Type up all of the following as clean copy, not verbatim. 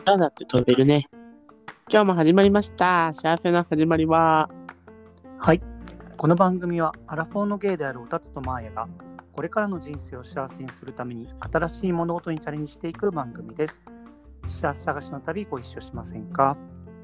だって飛べるね。今日も始まりました。幸せの始まりは。 はい。この番組はアラフォーのゲイであるおたつとマーヤがこれからの人生を幸せにするために新しい物事にチャレンジしていく番組です。幸せ探しの旅ご一緒しませんか？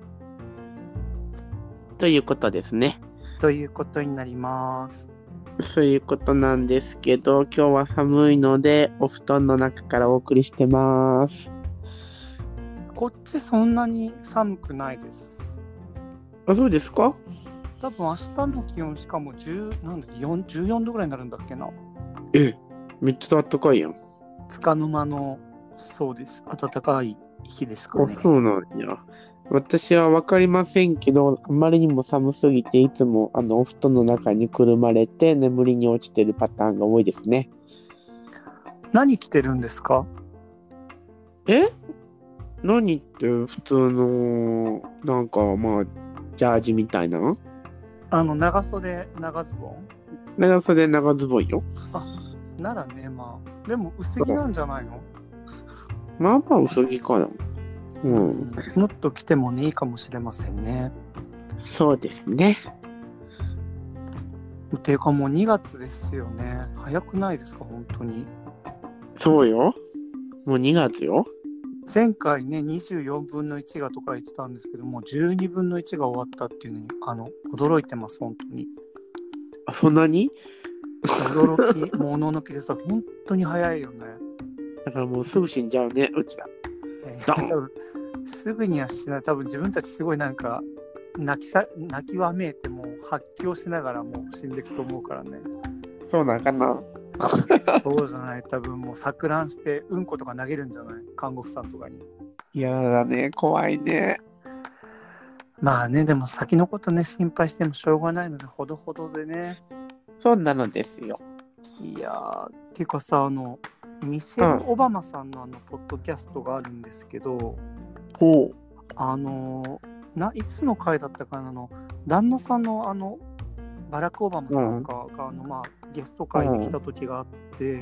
ということですね。 ということになります。 そういうことなんですけど、今日は寒いのでお布団の中からお送りしてます。 こっちそんなに寒くないです。 あ、そうですか？ 多分明日の気温しかも14度ぐらいになるんだっけな。 めっちゃ暖かいやん。 束の間のそうです。暖かい日ですかね。 そうなんや。私は分かりませんけど、あまりにも寒すぎていつもお布団の中にくるまれて眠りに落ちてるパターンが多いですね。 何着てるんですか？ 何って普通のなんかジャージみたいな長袖長ズボン？ 長袖長ズボンよ。 ならね、でも薄着なんじゃないの？ まあまあ薄着かな。 もっと着てもねいいかもしれませんね。 そうですね。 ていうかもう2月ですよね。早くないですか本当に。 そうよ。もう2月よ。 前回ね24分の1がとか言ってたんですけども、12分の1が終わったっていうのに驚いてます本当に。 そんなに？ 驚きもののきでさ、本当に早いよね。 だからもうすぐ死んじゃうね、うちら。 多分すぐにはしない。多分自分たちすごいなんか泣きわめいても発狂しながらもう死んでいくと思うからね。 そうなんかな。 そうじゃない。多分もう錯乱してうんことか投げるんじゃない？看護婦さんとかに。 いやだね、怖いね。 まあね、でも先のことね心配してもしょうがないのでほどほどでね。 そうなのですよ。 いやー、てかさ、ミシェル・オバマさんのポッドキャストがあるんですけど、 ほう。 いつの回だったかな、旦那さんのバラク・オバマさんが、ゲスト会で来た時があって、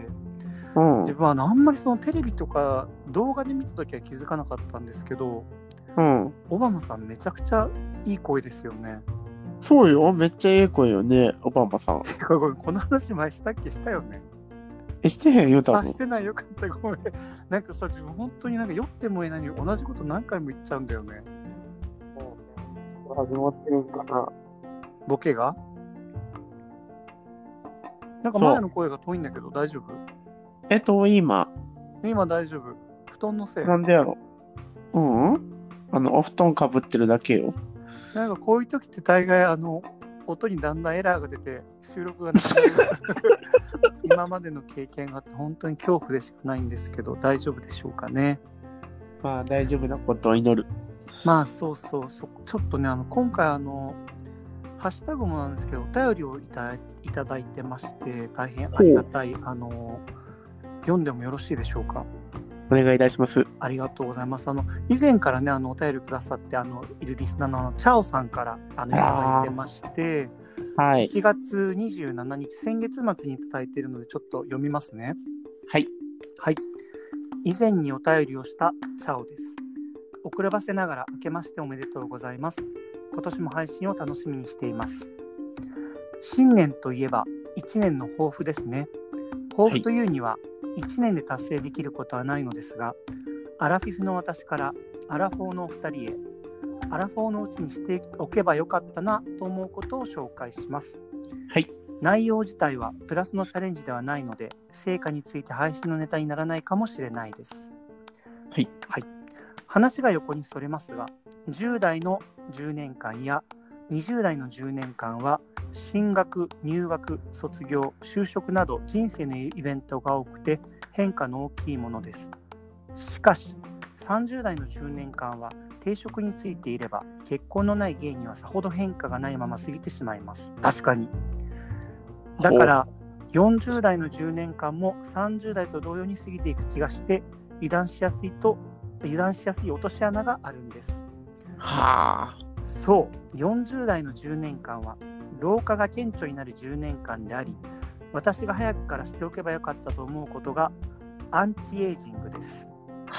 自分はあんまりそのテレビとか動画で見た時は気づかなかったんですけど、オバマさんめちゃくちゃいい声ですよね。 そうよ、めっちゃええ声よね、オバマさん。 この話前したよね。 してへんよ、多分。 してない、よかった、ごめん。なんかさ、自分本当になんか酔ってもいないのに同じこと何回も言っちゃうんだよね。 始まってるんかな。 ボケがなんか前の声が遠いんだけど大丈夫？ 今大丈夫。布団のせい。 なんでやろ。お布団かぶってるだけよ。 なんかこういう時って大概音にだんだんエラーが出て収録がなくなる今までの経験があって本当に恐怖でしかないんですけど、大丈夫でしょうかね。 まあ大丈夫なことを祈る。 そうちょっとね今回ハッシュタグもなんですけどお便りをいただいてまして、大変ありがたい。読んでもよろしいでしょうか？ お願いいたします。 ありがとうございます。以前からねお便りくださっているリスナーのチャオさんからいただいてまして、 はい、 1月27日先月末にいただいているのでちょっと読みますね。 はい。 以前にお便りをしたチャオです。遅ればせながら明けましておめでとうございます。今年も配信を楽しみにしています。新年といえば1年の抱負ですね。抱負というには1年で達成できることはないのですが、アラフィフの私からアラフォーのお二人へ、アラフォーのうちにしておけばよかったなと思うことを紹介します。 はい。 内容自体はプラスのチャレンジではないので、成果について配信のネタにならないかもしれないです。話が横にそれますが、10代の10年間や20代の10年間は進学、入学、卒業、就職など人生のイベントが多くて変化の大きいものです。しかし30代の10年間は定職についていれば結婚のない芸にはさほど変化がないまま過ぎてしまいます。確かに。だから40代の10年間も30代と同様に過ぎていく気がして油断しやすい落とし穴があるんです。そう、40代の10年間は老化が顕著になる10年間であり、私が早くからしておけばよかったと思うことがアンチエイジングです。 はい。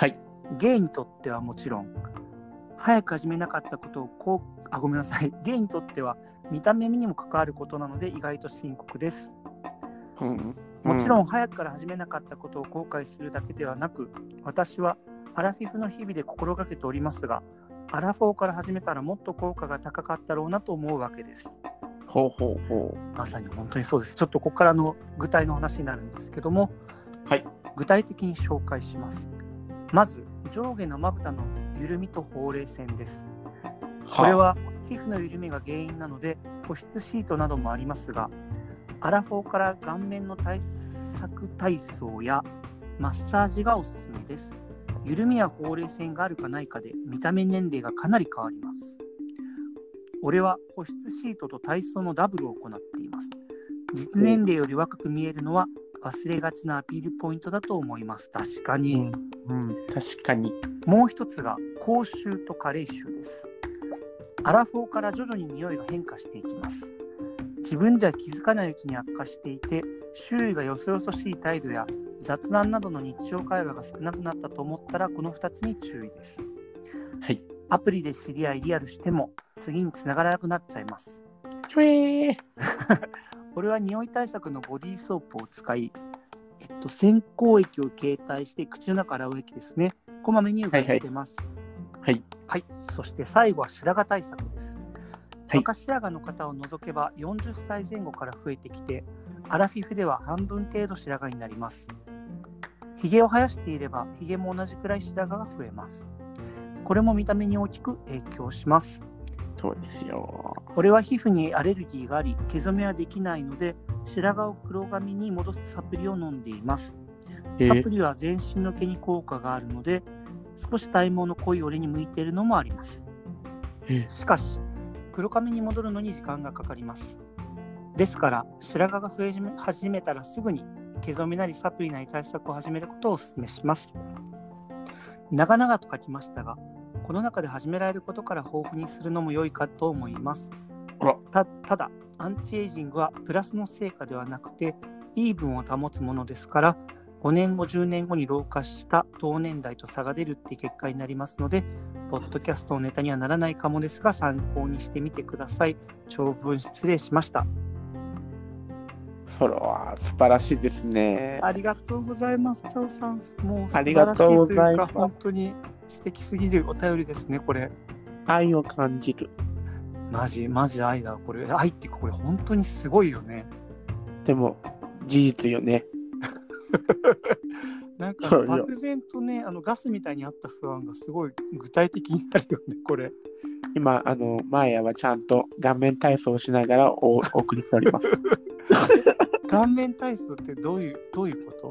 ゲイにとってはもちろん、早く始めなかったことをごめんなさい。ゲイにとっては見た目にも関わることなので意外と深刻です。もちろん早くから始めなかったことを後悔するだけではなく、私はアラフィフの日々で心がけておりますが、アラフォーから始めたらもっと効果が高かったろうなと思うわけです。まさに本当にそうです。ちょっとここからの具体の話になるんですけども、 はい、 具体的に紹介します。まず上下のまぶたの緩みとほうれい線です。これは皮膚の緩みが原因なので保湿シートなどもありますが、アラフォーから顔面の対策体操やマッサージがおすすめです。緩みやほうれい線があるかないかで見た目年齢がかなり変わります。俺は保湿シートと体操のダブルを行っています。実年齢より若く見えるのは忘れがちなアピールポイントだと思います。確かに、 確かに。 もう一つが口臭と加齢臭です。アラフォーから徐々に匂いが変化していきます。自分では気づかないうちに悪化していて、周囲がよそよそしい態度や雑談などの日常会話が少なくなったと思ったら、この2つに注意です。 はい。 アプリで知り合いリアルしても次につながらなくなっちゃいます。俺は匂い対策のボディーソープを使い、洗香液を携帯して口の中洗う液ですね。こまめにうがいしてます。 はい。 そして最後は白髪対策です。 はい、 若白髪の方を除けば40歳前後から増えてきて、アラフィフでは半分程度白髪になります。ひげを生やしていればひげも同じくらい白髪が増えます。これも見た目に大きく影響します。 そうですよ。 俺は皮膚にアレルギーがあり、毛染めはできないので、白髪を黒髪に戻すサプリを飲んでいます。サプリは全身の毛に効果があるので、少し体毛の濃い俺に向いているのもあります。しかし、黒髪に戻るのに時間がかかります。ですから、白髪が増え始めたらすぐに毛染めなりサプリなり対策を始めることをお勧めします。長々と書きましたが、この中で始められることから豊富にするのも良いかと思います。ただ、アンチエイジングはプラスの成果ではなくて、イーブンを保つものですから、5年後、10年後に老化した同年代と差が出るって結果になりますので、ポッドキャストのネタにはならないかもですが、参考にしてみてください。長文失礼しました。 それは素晴らしいですね。 ありがとうございます、チャオさん。もう素晴らしいというか、 ありがとうございます。 本当に素敵すぎるお便りですね、これ。 愛を感じる。 マジ愛だ。これ、愛っていうか、これ本当にすごいよね。 でも、事実よね。 なんか漠然とね、ガスみたいにあった不安がすごい具体的になるよね、これ。 今、マーヤはちゃんと顔面体操をしながらお送りしております。 顔面体操ってどういうこと？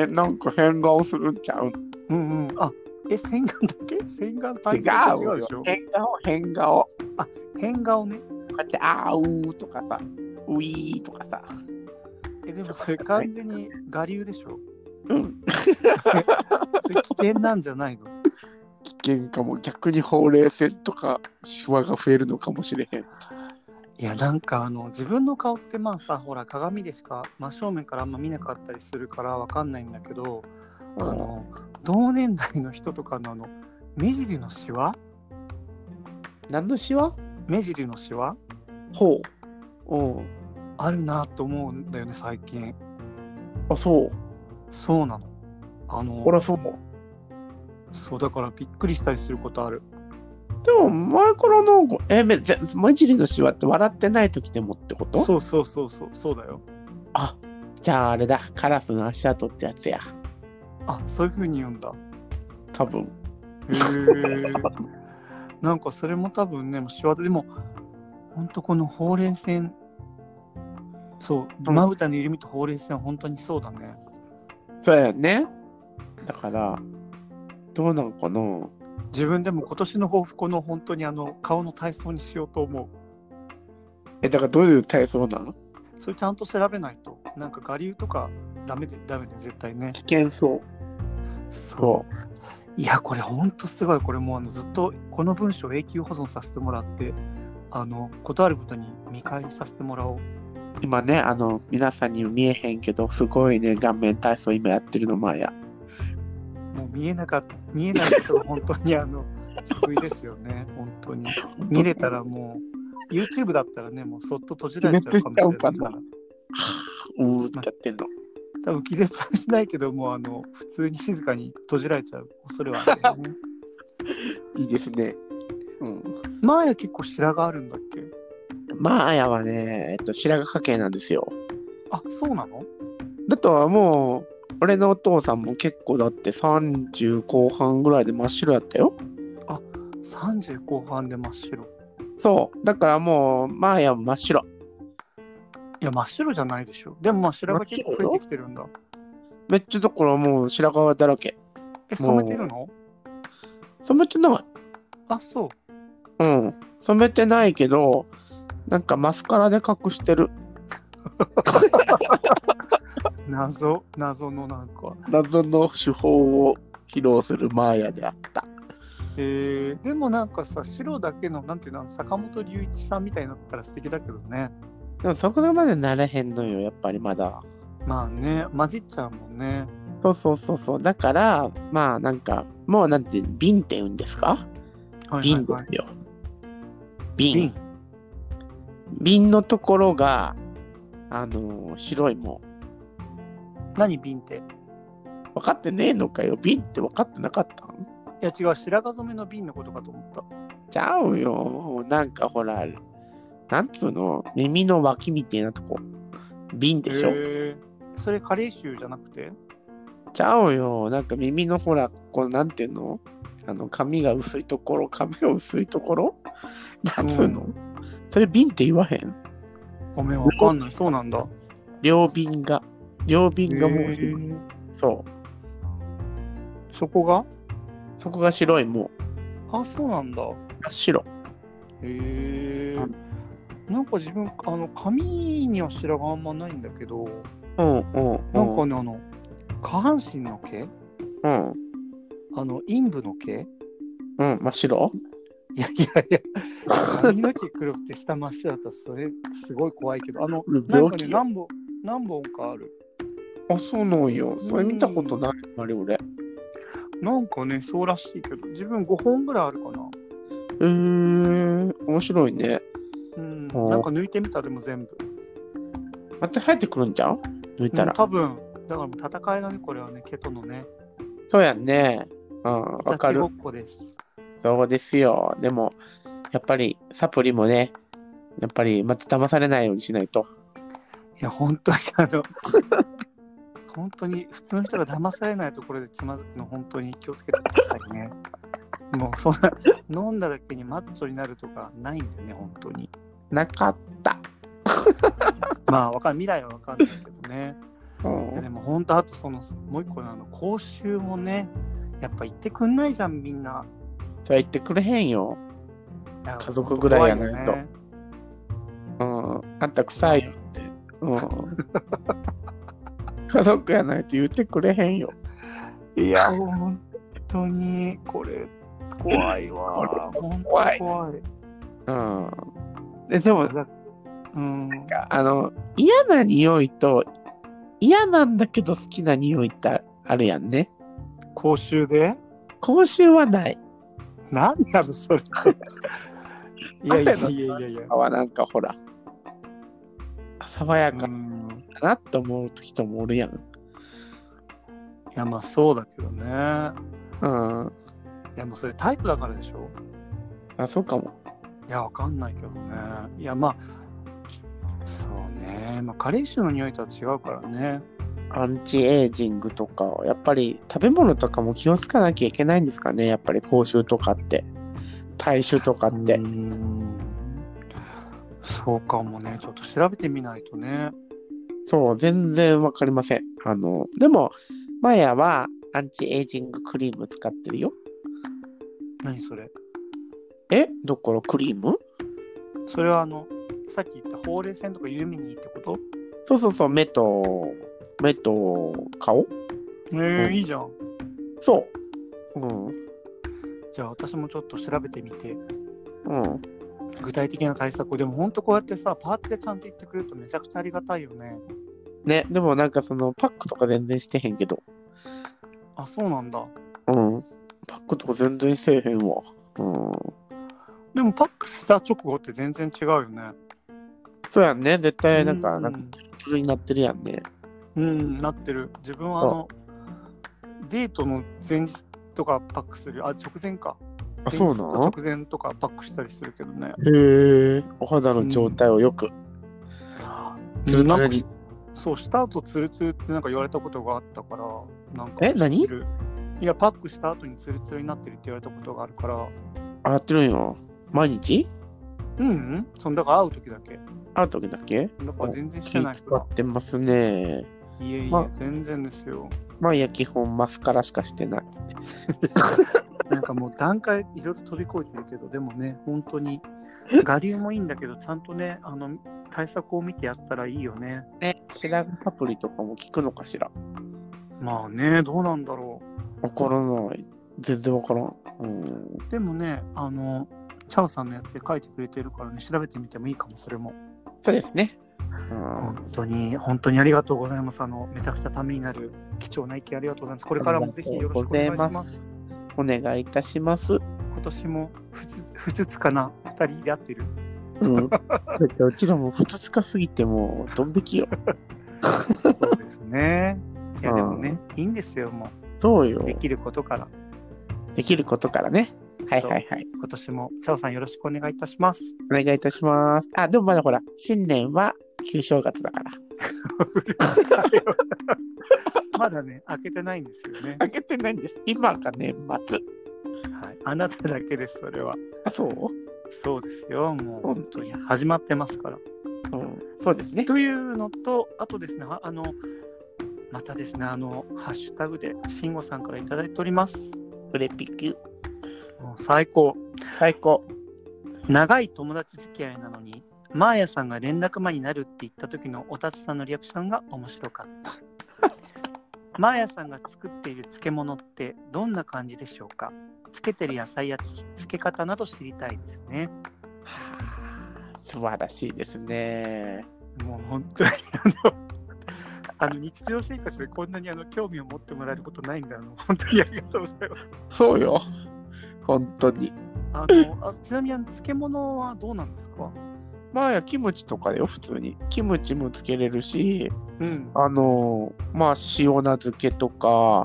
なんか変顔するんちゃう？ あ、洗顔だけ？洗顔体操と違うでしょ？ 変顔。 あ、変顔ね。 こうやって、あーうーとかさ、ウィーとかさ。 でもそれ完全に我流でしょ？それ危険なんじゃないの？ 危険かも。逆にほうれい線とかシワが増えるのかもしれへん。 いや、なんか自分の顔ってまあさ、ほら鏡でしか真正面からあんま見なかったりするからわかんないんだけど、同年代の人とかの目尻のシワ？ 何のシワ？ 目尻のシワ？ ほう。 あるなと思うんだよね、最近。 あ、そう。 そうなの。 ほら、そう。 そう、だからびっくりしたりすることある。 でも前からなんか目尻のシワって笑ってない時でもってこと？ そうだよ。 あ、じゃああれだ、カラスの足跡ってやつや。 あ、そういう風に言うんだ。 多分。 なんかそれも多分ね、シワでもほんとこのほうれい線、そうまぶたの緩みとほうれい線は本当にそうだね。 そうやね。だからどうなんかな。 自分でも今年の抱負、この本当に顔の体操にしようと思う。 だからどういう体操なの？ それちゃんと調べないと。なんか我流とかダメで絶対ね。 危険そう。 そう。いや、これ本当すごい。これもうずっとこの文章を永久保存させてもらって、ことあるごとに見返させてもらおう。 今ね、皆さんに見えへんけど、すごいね、顔面体操今やってるのマーヤ。 もう見えない人が本当に救いですよね。本当に。見れたらもう、YouTube だったらね、もうそっと閉じられちゃうかもしれないから。 ってやってんの。 多分気絶はしないけども、普通に静かに閉じられちゃう恐れはあるよね。 いいですね。 マーヤ結構白髪あるんだっけ？ マーヤはね、白髪家系なんですよ。 あ、そうなの？ だとはもう、俺のお父さんも結構だって30後半ぐらいで真っ白やったよ。 あ、30後半で真っ白。 そう。だからもう、マーヤも真っ白。 いや、真っ白じゃないでしょ。でもまあ白髪結構増えてきてるんだ。 めっちゃだからもう白髪だらけ。 染めてるの？ 染めてない。 あ、そう。 染めてないけど、なんかマスカラで隠してる。 謎のなんか。 謎の手法を披露するマーヤであった。 でもなんかさ、白だけの、なんていうの、坂本龍一さんみたいになったら素敵だけどね。 でもそこまでなれへんのよ、やっぱりまだ。 まあね、混じっちゃうもんね。 そう。だから、まあなんか、もうなんて、瓶って言うんですか？瓶ですよ。瓶のところが、白いもん。 何瓶って？ 分かってねえのかよ。瓶って分かってなかったん？ いや違う、白髪染めの瓶のことかと思った。 ちゃうよ。なんかほら、なんつうの、耳の脇みたいなとこ。瓶でしょ。 それ加齢臭じゃなくて？ ちゃうよ。なんか耳のほら、こうなんていうの？髪が薄いところなんつうの、それ瓶って言わへん？ ごめん、わかんない。そうなんだ。 両瓶がもうそう。 そこが白いもう。あ、そうなんだ。 白。 なんか自分、髪には白髪あんまないんだけど、 なんかね、下半身の毛陰部の毛真っ白？ いや、髪の毛黒くて下真っ白だったらそれすごい怖いけど、なんかね、何本かある。 あ、そうなんよ。それ見たことない、あれ俺。 なんかね、そうらしいけど、自分5本ぐらいあるかな。 面白いね。 なんか抜いてみたでも全部。 また生えてくるんじゃん？抜いたら。 多分、だからもう戦いだね、これはね、毛とのね。 そうやんね。わかる。 いたちごっこです。 そうですよ。でも、やっぱりサプリもね、やっぱりまた騙されないようにしないと。 いや、本当に本当に普通の人が騙されないところでつまずくの本当に気をつけてくださいね。もうそんな飲んだだけにマッチョになるとかないんでね、本当に。 なかった。 まあ未来は分かんないけどね。でも本当あともう一個の講習もね、やっぱ行ってくんないじゃんみんな。 それ言ってくれへんよ。家族ぐらいやないと。あんた臭いよって。家族やないと言ってくれへんよ。 いや、本当に、これ、怖いわ。本当怖い。 でも、なんか、嫌な匂いと、嫌なんだけど好きな匂いってあるやんね。 口臭で？ 口臭はない。 何やろ、それ。いや。 はなんかほら、爽やかだなと思う人もおるやん。 いや、まあそうだけどね。いや、もうそれタイプだからでしょ？ あ、そうかも。 いや、わかんないけどね。いや、まあ、そうね。まあ、加齢臭の匂いとは違うからね。 アンチエイジングとか、やっぱり食べ物とかも気をつかなきゃいけないんですかね。やっぱり口臭とかって。体臭とかって。 そうかもね。ちょっと調べてみないとね。 そう、全然わかりません。でも、マヤはアンチエイジングクリーム使ってるよ。 何それ？ どころクリーム？ それはさっき言ったほうれい線とか緩みにいいってこと？ そう、目と顔？ いいじゃん。 そう。 じゃあ私もちょっと調べてみて。具体的な対策を。でも本当こうやってさ、パーツでちゃんと言ってくれるとめちゃくちゃありがたいよね。 ね、でもなんかパックとか全然してへんけど。 あ、そうなんだ。 うん。パックとか全然せえへんわ。うん。 でもパックした直後って全然違うよね。 そうやんね。絶対うなんかん。 ツルになってるやんね。 うん、なってる。自分はデートの前日とかパックする。あ、直前か。 あ、 前日とそうなん？ 直前とかパックしたりするけどね。 へえ。お肌の状態をよく、ツルなんかツルに。 そうした後ツルツルってなんか言われたことがあったから、なんか何？ 知ってる。いや、パックした後にツルツルになってるって言われたことがあるから。 あ、やってるんよ。毎日？ そんだから会う時だけ。 会う時だけ？ だから全然してない気使から。 ってますね。 いえいえ、 ま全然ですよ。 まあいや、基本マスカラしかしてない。 なんかもう段階いろいろ飛び越えてるけど、でもね、本当に我流もいいんだけど、ちゃんとね、対策を見てやったらいいよね。 ね、白髪サプリとかも効くのかしら。 まあね、どうなんだろわからない。全然わからん。 う。でもね、チャオさんのやつで書いてくれてるからね、調べてみてもいいかも、それも。 そうですね。 本当にありがとうございます。めちゃくちゃためになる貴重な意見ありがとうございます。これからもぜひよろしくお願いします。 お願いいたします。 今年もふつつかな2人で会ってる。 うちらもふつつかすぎてもうドン引きよ。 そうですね。いやでもね、いいんですよ、もう。 そうよ。 できることから。 できることからね。はいはいはい。 今年もチャオさんよろしくお願いいたします。 お願いいたします。あ、でもまだほら、新年は旧正月だから。 まだね、開けてないんですよね。 開けてないんです。今が年末。 はい、あなただけです、それは。 あ、そう？ そうですよ、もう本当に始まってますから。 そうですね。 というのと、あとですね、またですね、ハッシュタグで慎吾さんからいただいております。 プレピキュ。 最高。 最高。 長い友達付き合いなのに、マーヤさんが連絡間になるって言った時のおたつさんのリアクションが面白かった。マーヤさんが作っている漬物ってどんな感じでしょうか？漬けてる野菜や漬け方など知りたいですね。 素晴らしいですね。 もう本当に日常生活でこんなに興味を持ってもらえることないんだ。本当にありがとうございます。 そうよ。本当に。 ちなみに漬物はどうなんですか？ まあキムチとかだよ、普通に。キムチも漬けれるし、まあ塩菜漬けとか、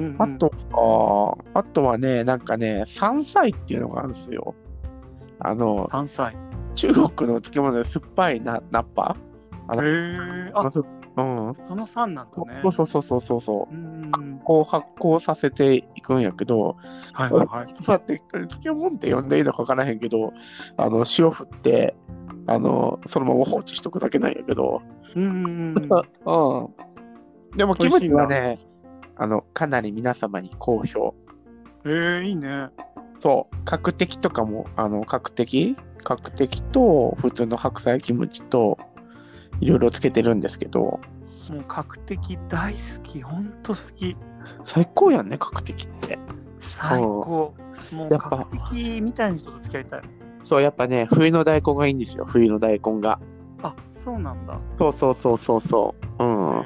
あとはね、なんかね、山菜っていうのがあるんですよ。 山菜。 中国の漬物で酸っぱいナッパ。その酸なんだね。 そう。こう発酵させていくんやけど、まあ、適当に漬物って呼んでいいのか分からへんけど、塩振って、そのまま放置しとくだけなんやけど、でもキムチはね、かなり皆様に好評。 いいね。 そう、角的とかも、角的と普通の白菜キムチといろいろつけてるんですけど、もう角的大好き、ほんと好き。 最高やんね、角的って。 最高。もう角的みたいな人と付き合いたい。 そう、やっぱね、冬の大根がいいんですよ、冬の大根が。 あ、そうなんだ。 そう。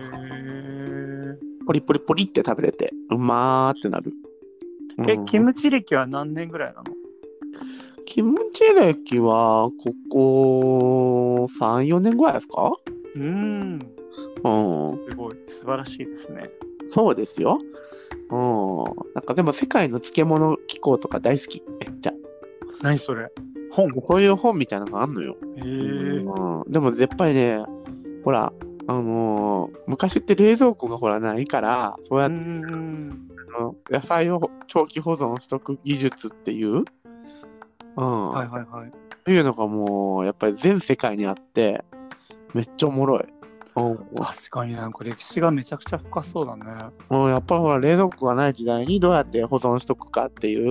ポリポリポリって食べれて、うまーってなる。 キムチ歴は何年ぐらいなの？ キムチ歴は、ここ3、4年ぐらいですか？ すごい、素晴らしいですね。 そうですよ。なんかでも世界の漬物機構とか大好き、めっちゃ。 何それ？本？ そういう本みたいなのがあんのよ。でもやっぱりね、ほら、昔って冷蔵庫がほらないから、そうやって野菜を長期保存しとく技術っていう、いうのがもうやっぱり全世界にあって、めっちゃおもろい。 確かになんか歴史がめちゃくちゃ深そうだね。 やっぱりほら冷蔵庫がない時代にどうやって保存しとくかっていう、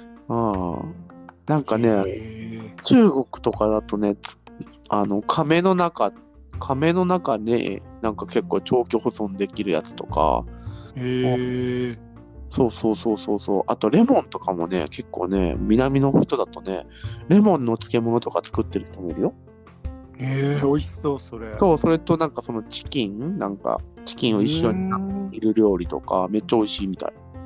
なんかね、中国とかだとね、亀の中でなんか結構長期保存できるやつとか、そう。あとレモンとかもね、結構ね、南の人だとね、レモンの漬物とか作ってる人もいるよ。 美味しそう、それ。 そう、それとなんかそのチキンを一緒にいる料理とか、めっちゃ美味しいみたい。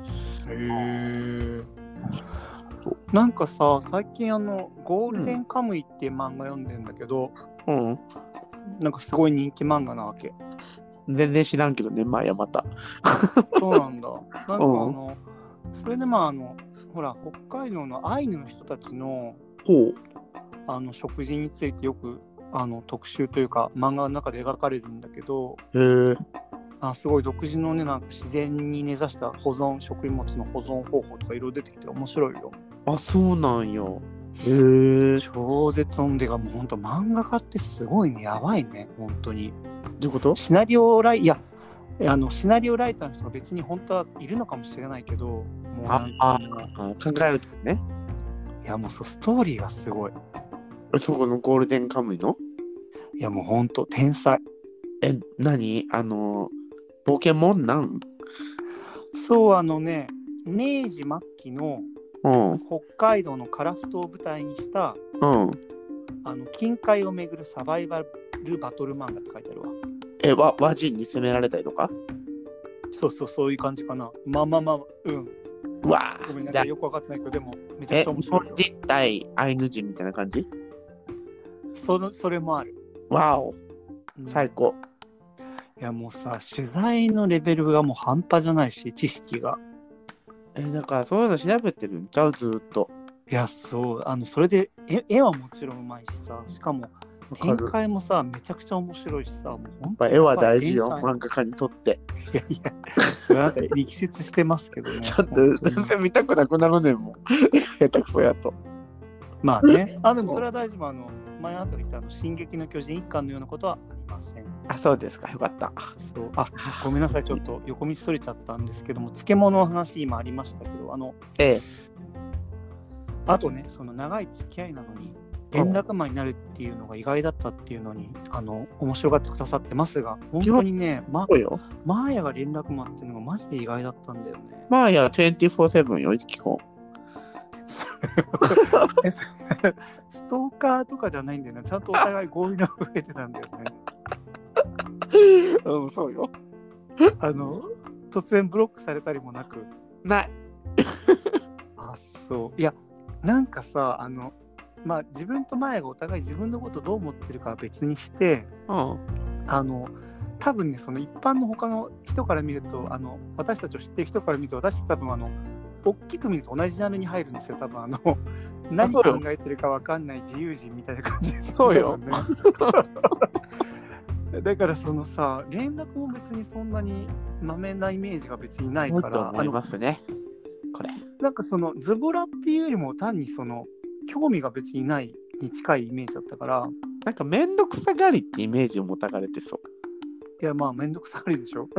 へえ。なんかさ、最近ゴールデンカムイっていう漫画読んでんだけど、 うん。 なんかすごい人気漫画なわけ。 全然知らんけどね、まあやまた。 そうなんだ。なんかうん。 それでほら、北海道のアイヌの人たちの、 ほう。 食事についてよく特集というか漫画の中で描かれるんだけど、 へえ。 すごい独自のね、なんか自然に根ざした食物の保存方法とかいろいろ出てきて面白いよ。 あ、そうなんや。へえ。 超絶音でがもうほんと漫画家ってすごいね、やばいね、本当に。 どういうこと？ シナリオライシナリオライターの人が別に本当はいるのかもしれないけど、もうなんか考えるとね。 いやもうストーリーがすごい。 そこのゴールデンカムイの？ いやもう本当天才。 何ポケモンなん？ そうね、明治末期のうん。 北海道の樺太を舞台にしたうん。 近海をめぐるサバイバルバトル漫画って書いてあるわ。 和人に攻められたりとか？ そういう感じかな。まあ、うん。 うわごめんなじゃあ、 さい、よくわかってないけど、でもめちゃくちゃ面日本白いよ。 人対アイヌ人みたいな感じ？ それもある。 わお、最高。 いやもうさ、取材のレベルがもう半端じゃないし、知識が。 だからそういうの調べてるんちゃう？ずーっと。 いや、そう、それで絵はもちろんうまいしさ、しかも展開もさ、めちゃくちゃ面白いしさ、もう本当に絵は大事よ、 天才。 漫画家にとって。 いや、それなんか力説してますけどね。 だって全然見たくなくなるねんもん。下手くそやと。 まあね。でもそれは大丈夫。前あなたが言った進撃の巨人一巻のようなことはありません。 あ、そうですか。よかった。 そう。ごめんなさい。ちょっと横道それちゃったんですけども、漬物の話今ありましたけど、あとね、その長い付き合いなのに、連絡マンになるっていうのが意外だったっていうのに、面白がってくださってますが、本当にね、マーヤが連絡マンっていうのがマジで意外だったんだよね。 マーヤ 24/7 よ、基本。 ストーカーとかじゃないんだよね。ちゃんとお互い合意の上でたんだよね。 うん、そうよ。 突然ブロックされたりもなく。 ない。 そう。いや、なんかさ、自分とマヤがお互い自分のことどう思ってるかは別にして、多分ね、その一般の他の人から見ると、私たちを知ってる人から見ると、私多分大きく見ると同じジャンルに入るんですよ。多分何考えてるか分かんない自由人みたいな感じです、ね。 そうよ。 だからそのさ、連絡も別にそんなにまめなイメージが別にないから。 と思いますね。これ。 なんかそのズボラっていうよりも単にその興味が別にないに近いイメージだったから。 なんかめんどくさがりってイメージを持たがれてそう。 いやまあめんどくさがりでしょ。 うん。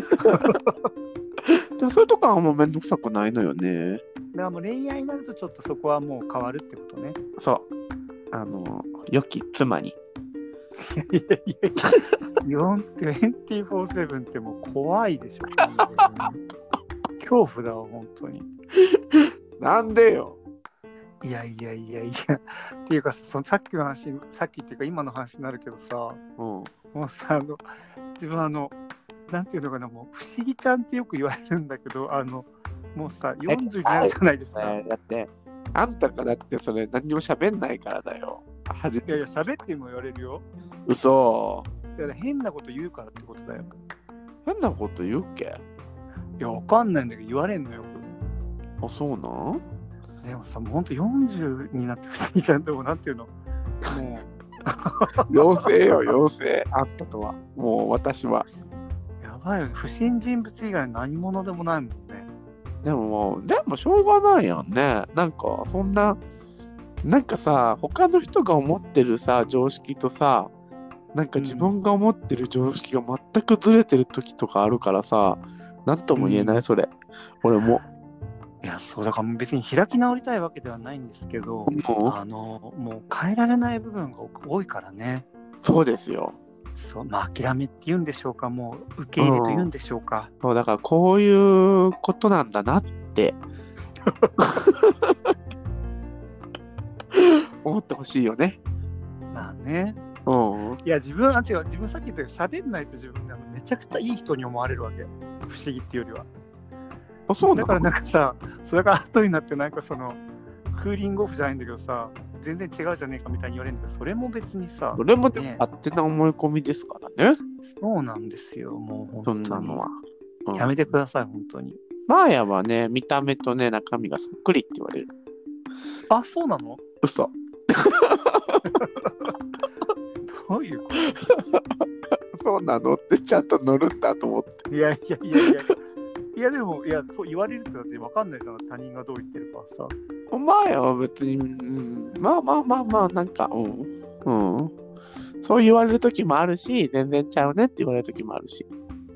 でもそういうとこはもうめんどくさくないのよね。 だからもう恋愛になるとちょっとそこはもう変わるってことね。 そう。良き妻に。 いや24/7ってもう怖いでしょ。恐怖だわ本当に。 なんでよ。 いやっていうかさっきの話、さっきっていうか今の話になるけどさ、もうさ自分なんていうのかな、もう不思議ちゃんってよく言われるんだけど、もうさ40になるじゃないですか。 だってあんたがだってそれ何にも喋んないからだよ。 いや喋っても言われるよ。 嘘。 だから変なこと言うからってことだよ。 変なこと言うっけ？ いやわかんないんだけど言われんのよく。 あ、そうなん？ でもさ、もうほんと40になって不思議ちゃんってもうなんていうの、もう妖精よ妖精、あんたとはもう私はやばいよね。不審人物以外何者でもないもんね。 でもしょうがないやんね。なんかそんななんかさ、他の人が思ってるさ常識とさ、なんか自分が思ってる常識が全くずれてる時とかあるからさ、なんとも言えない、それ。俺も。 いや、そうだから別に開き直りたいわけではないんですけど、もう変えられない部分が多いからね。 そうですよ。 そう、諦めって言うんでしょうか、もう受け入れと言うんでしょうか。 そうだからこういうことなんだなって思ってほしいよね。 まあね。 いや自分さっき言ったけど喋んないと自分めちゃくちゃいい人に思われるわけ。不思議っていうよりは。 あ、そうなの？ だからなんかさ、それが後になってなんかそのクーリングオフじゃないんだけどさ、全然違うじゃねえかみたいに言われるんだけど、それも別にさ、 それもでもね、 勝手な思い込みですからね。 そうなんですよ、もうそ本当に。 んなのは。 やめてください、本当に。 マーヤはね、見た目とね、中身がそっくりって言われる。 あ、そうなの？ 嘘。 どういうこそうなのってちゃんと乗るんだと思って。 と？いやでも、いや、そう言われるってだって分かんないじゃん、他人がどう言ってるかさ。 マーヤは別に、まあ、なんか、そう言われるときもあるし、全然ちゃうねって言われるときもあるし。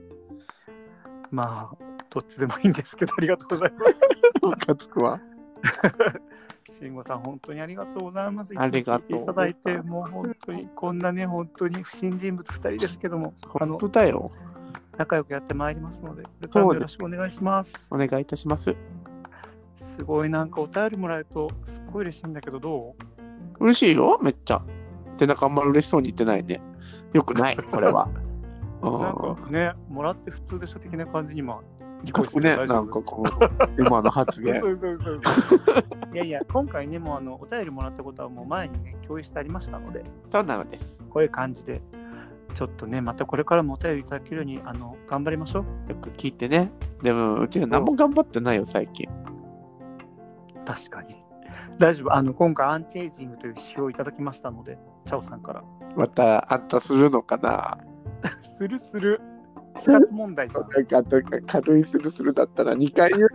まあ、どっちでもいいんですけど、ありがとうございます。 ムカつくわ。 慎吾さん、本当にありがとうございます。 ありがとういただいて、もう本当に、こんなね、本当に不審人物2人ですけども、 本当だよ。 仲良くやってまいりますので、これからもよろしくお願いします。 お願いいたします。 すごいなんかお便りもらえると、すっごい嬉しいんだけど、どう？嬉しいよ、めっちゃ。ってなんかあんまり嬉しそうに言ってないね。よくない、これは。 なんかね、もらって普通でしょ的な感じに今、 聞こえてね、なんかこう、今の発言。 そう。いやいや、今回ね、もうお便りもらったことはもう前にね、共有してありましたので、 そうなのです。 こういう感じで、ちょっとね、またこれからもお便りいただけるように、頑張りましょう。 よく聞いてね。でも、うち何も頑張ってないよ、最近。 確かに。大丈夫。今回、アンチエイジングという指標をいただきましたので、チャオさんから。 また、あんたするのかな？ する。死活問題じゃん。 なんか軽いするだったら2回言う。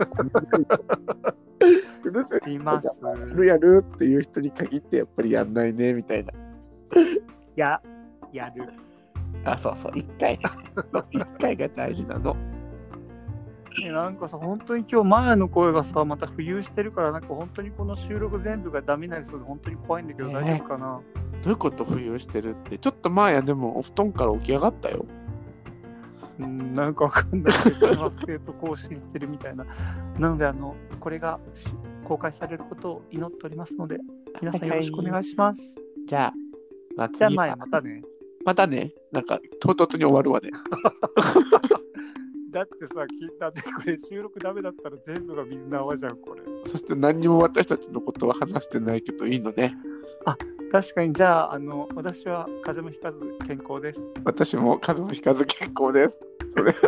するいます。 やるっていう人に限ってやっぱりやんないねみたいな。 やる。 あ、そう、1回。1回が大事なの。 なんかさ、本当に今日、マヤの声がさ、また浮遊してるから、なんか本当にこの収録全部がダメになりそうで、本当に怖いんだけど、大丈夫かな？ どういうこと浮遊してるって。ちょっと前やでもお布団から起き上がったよ。 なんかわかんないけど、惑星と更新してるみたいな。なので、これが公開されることを祈っておりますので、皆さんよろしくお願いします。 じゃあ、 じゃあ、マヤ、またね。 またね。なんか、唐突に終わるわね。 だってさ、だってこれ収録ダメだったら全部が水の泡じゃん、これ。 そして何にも私たちのことは話してないけどいいのね。 あ、確かに、じゃあ、私は風邪もひかず健康です。 私も風邪もひかず健康です。それ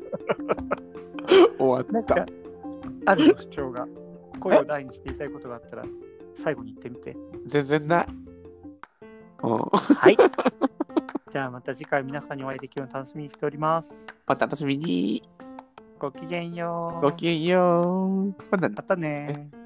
終わった。 なんかあるの主張が、声を大にして言いたいことがあったら、最後に言ってみて。 全然ない。 はい。じゃあまた次回皆さんにお会いできるのを楽しみにしております。 お楽しみに。 ごきげんよう。 ごきげんよう。 またね。